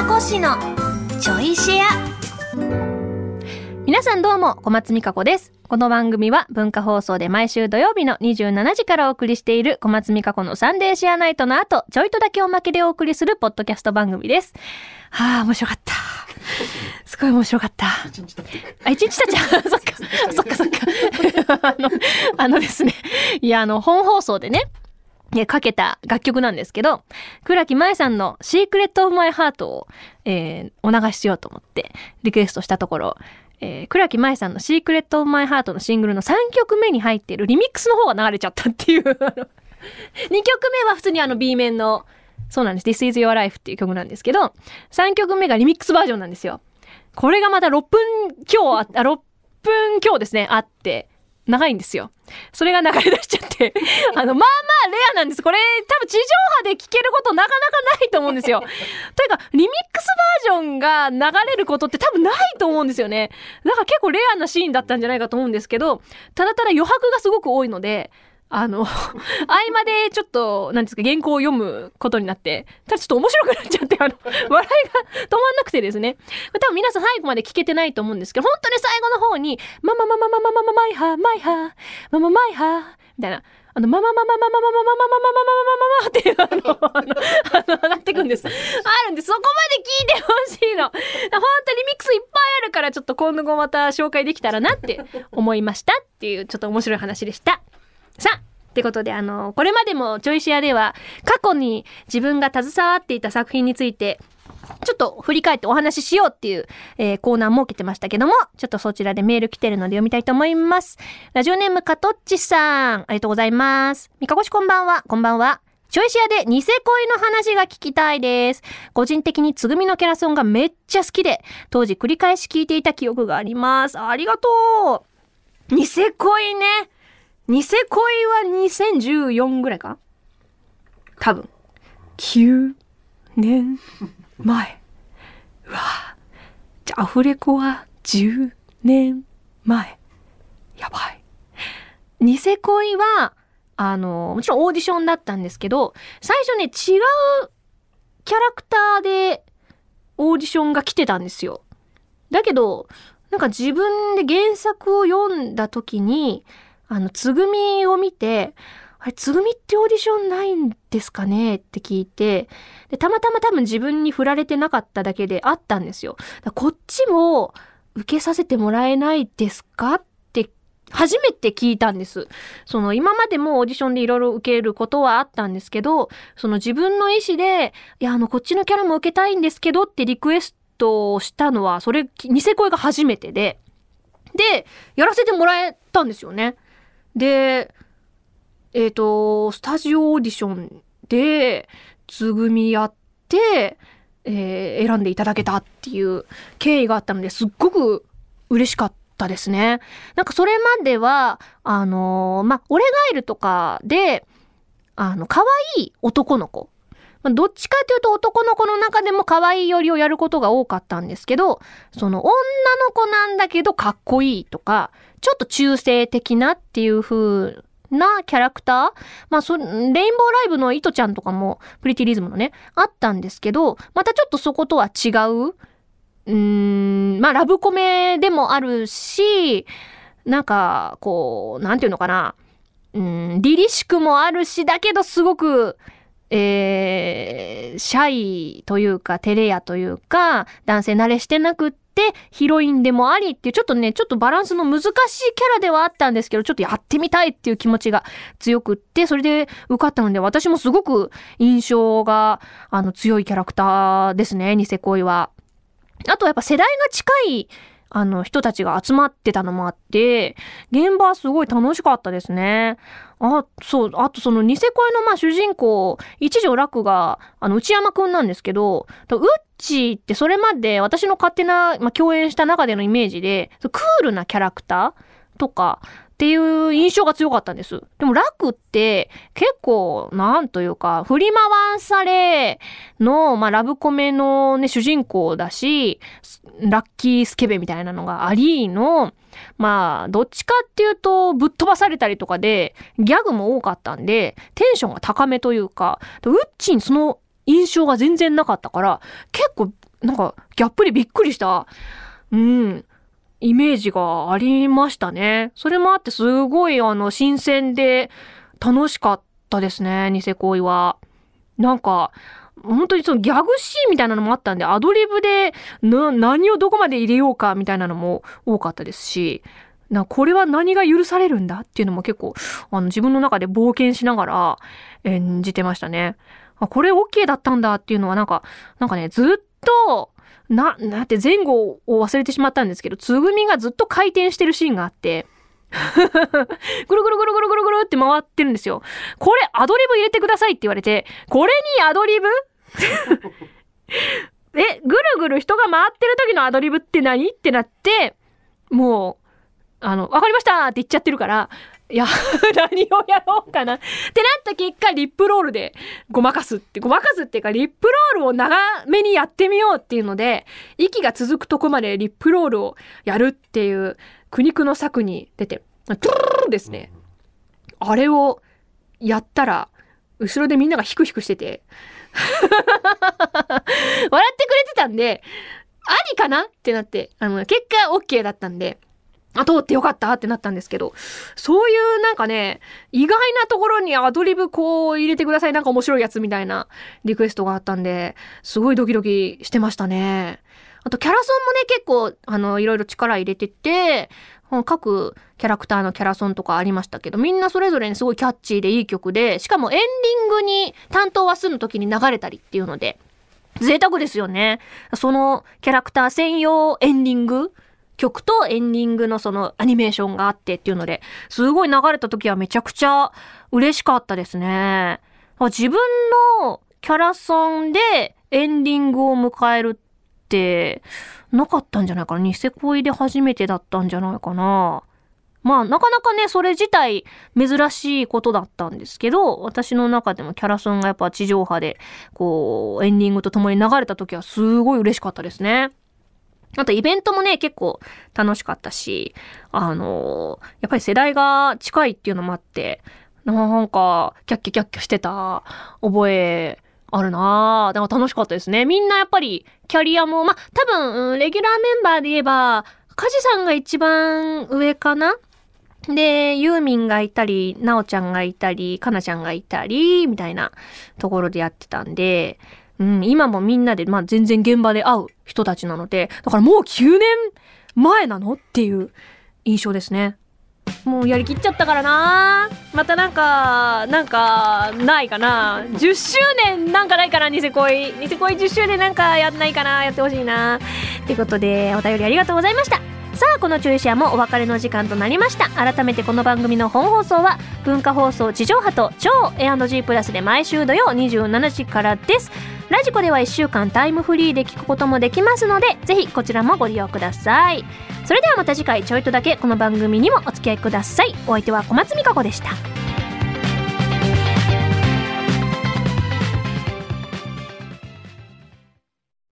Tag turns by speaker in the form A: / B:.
A: こ氏のちょいシェア。皆さんどうも、小松美香子です。この番組は文化放送で毎週土曜日の27時からお送りしている小松美香子のサンデーシェアナイトの後、ちょいとだけおまけでお送りするポッドキャスト番組です。はあ、面白かった。すごい面白かった。一日経っちゃう。そっか。ですね。いや、本放送でね、かけた楽曲なんですけど、倉木麻衣さんのシークレットオブマイハートを、お流ししようと思ってリクエストしたところ、倉木麻衣さんのシークレットオブマイハートのシングルの3曲目に入っているリミックスの方が流れちゃったっていう。2曲目は普通にB 面の、そうなんです。This is Your Life っていう曲なんですけど、3曲目がリミックスバージョンなんですよ。これがまた6分強ですね、あって、長いんですよ。それが流れ出しちゃって。まあレアなんです。これ、多分地上波で聴けることなかなかないと思うんですよ。というか、リミックスバージョンが流れることって多分ないと思うんですよね。だから結構レアなシーンだったんじゃないかと思うんですけど、ただ余白がすごく多いので、合間でちょっと、なんですか、原稿を読むことになって、ただちょっと面白くなっちゃって、笑いが止まんなくてですね。多分皆さん最後まで聞けてないと思うんですけど、本当に最後の方に、マイハー、みたいな、っていう、上がってくんです。あるんです。そこまで聞いてほしいの。本当にミックスいっぱいあるから、ちょっと今後また紹介できたらなって思いましたっていう、ちょっと面白い話でした。さあ、ってことでこれまでもちょいシェアでは過去に自分が携わっていた作品についてちょっと振り返ってお話ししようっていう、コーナー設けてましたけども、ちょっとそちらでメール来てるので読みたいと思います。ラジオネームかとっちさん、ありがとうございます。みかこしこんばんは。こんばんは。ちょいシェアでニセ恋の話が聞きたいです。個人的につぐみのキャラソンがめっちゃ好きで、当時繰り返し聞いていた記憶があります。ありがとう。ニセ恋ね。ニセ恋は2014ぐらいか？多分。9年前。うわぁ。じゃあ、アフレコは10年前。やばい。ニセ恋は、もちろんオーディションだったんですけど、最初ね、違うキャラクターでオーディションが来てたんですよ。だけど、なんか自分で原作を読んだ時に、つぐみを見て、あれ、つぐみってオーディションないんですかねって聞いて、で、たまたま多分自分に振られてなかっただけであったんですよ。こっちも受けさせてもらえないですかって初めて聞いたんです。今までもオーディションでいろいろ受けることはあったんですけど、自分の意思で、いや、こっちのキャラも受けたいんですけどってリクエストをしたのは、ニセ恋が初めてで、やらせてもらえたんですよね。で、スタジオオーディションで、つぐみやって、選んでいただけたっていう経緯があったので、すっごく嬉しかったですね。なんかそれまでは、俺ガエルとかで、可愛い男の子。どっちかというと男の子の中でも可愛い寄りをやることが多かったんですけど、女の子なんだけどかっこいいとか、ちょっと中性的なっていう風なキャラクター、レインボーライブのイトちゃんとかもプリティリズムのね、あったんですけど、またちょっとそことは違う、ラブコメでもあるし、なんか、なんていうのかな、凛々しくもあるし、だけどすごく、シャイというか、照れ屋というか、男性慣れしてなくって、ヒロインでもありっていう、ちょっとバランスの難しいキャラではあったんですけど、ちょっとやってみたいっていう気持ちが強くって、それで受かったので、私もすごく印象が、強いキャラクターですね、ニセ恋は。あとやっぱ世代が近い、人たちが集まってたのもあって、現場はすごい楽しかったですね。あとニセ恋の主人公、一条楽が、内山くんなんですけど、ウッチーってそれまで私の勝手な、共演した中でのイメージで、クールなキャラクターとか、っていう印象が強かったんです。でも楽って結構なんというか振り回されの、ラブコメのね主人公だし、ラッキースケベみたいなのがありの、どっちかっていうとぶっ飛ばされたりとかでギャグも多かったんでテンションが高めというか、ウッチにその印象が全然なかったから、結構なんかギャップでびっくりした、イメージがありましたね。それもあってすごい新鮮で楽しかったですね、ニセ恋は。なんか、本当にそのギャグシーンみたいなのもあったんで、アドリブで何をどこまで入れようかみたいなのも多かったですし、これは何が許されるんだっていうのも結構自分の中で冒険しながら演じてましたね。これ OK だったんだっていうのはなんかね、ずっとなんて前後を忘れてしまったんですけど、つぐみがずっと回転してるシーンがあってぐるぐるぐるぐるぐるぐるって回ってるんですよ。これアドリブ入れてくださいって言われて、これにアドリブぐるぐる人が回ってる時のアドリブって何ってなって、もうわかりましたって言っちゃってるから、いや何をやろうかなってなった結果、リップロールでごまかすっていうか、リップロールを長めにやってみようっていうので、息が続くとこまでリップロールをやるっていう苦肉の策に出て、トゥルルルですね。あれをやったら後ろでみんながヒクヒクしてて笑ってくれてたんで、ありかなってなって、結果 OK だったんで、通ってよかったってなったんですけど、そういうなんかね、意外なところにアドリブこう入れてください、なんか面白いやつみたいなリクエストがあったんで、すごいドキドキしてましたね。あとキャラソンもね、結構いろいろ力入れてて、各キャラクターのキャラソンとかありましたけど、みんなそれぞれにすごいキャッチーでいい曲で、しかもエンディングに担当話数の時に流れたりっていうので、贅沢ですよね。そのキャラクター専用エンディング曲とエンディングのそのアニメーションがあってっていうので、すごい流れた時はめちゃくちゃ嬉しかったですね。自分のキャラソンでエンディングを迎えるってなかったんじゃないかな。ニセ恋で初めてだったんじゃないかな。まあなかなかね、それ自体珍しいことだったんですけど、私の中でもキャラソンがやっぱ地上波でこうエンディングとともに流れた時はすごい嬉しかったですね。あとイベントもね、結構楽しかったし、やっぱり世代が近いっていうのもあって、なんかキャッキャキャッキャしてた覚えあるなぁ。だから楽しかったですね。みんなやっぱりキャリアも、多分、レギュラーメンバーで言えば、カジさんが一番上かな？で、ユーミンがいたり、ナオちゃんがいたり、カナちゃんがいたり、みたいなところでやってたんで、今もみんなで、全然現場で会う人たちなので、だからもう9年前なのっていう印象ですね。もうやりきっちゃったからな。またなんかないかな。10周年なんかないかな。ニセ恋10周年なんかやんないかな。やってほしいな。ということでお便りありがとうございました。さあ、この注意シェアもお別れの時間となりました。改めてこの番組の本放送は文化放送地上波と超 A&G プラスで毎週土曜27時からです。ラジコでは1週間タイムフリーで聞くこともできますので、ぜひこちらもご利用ください。それではまた次回ちょいとだけこの番組にもお付き合いください。お相手は小松美香子でした。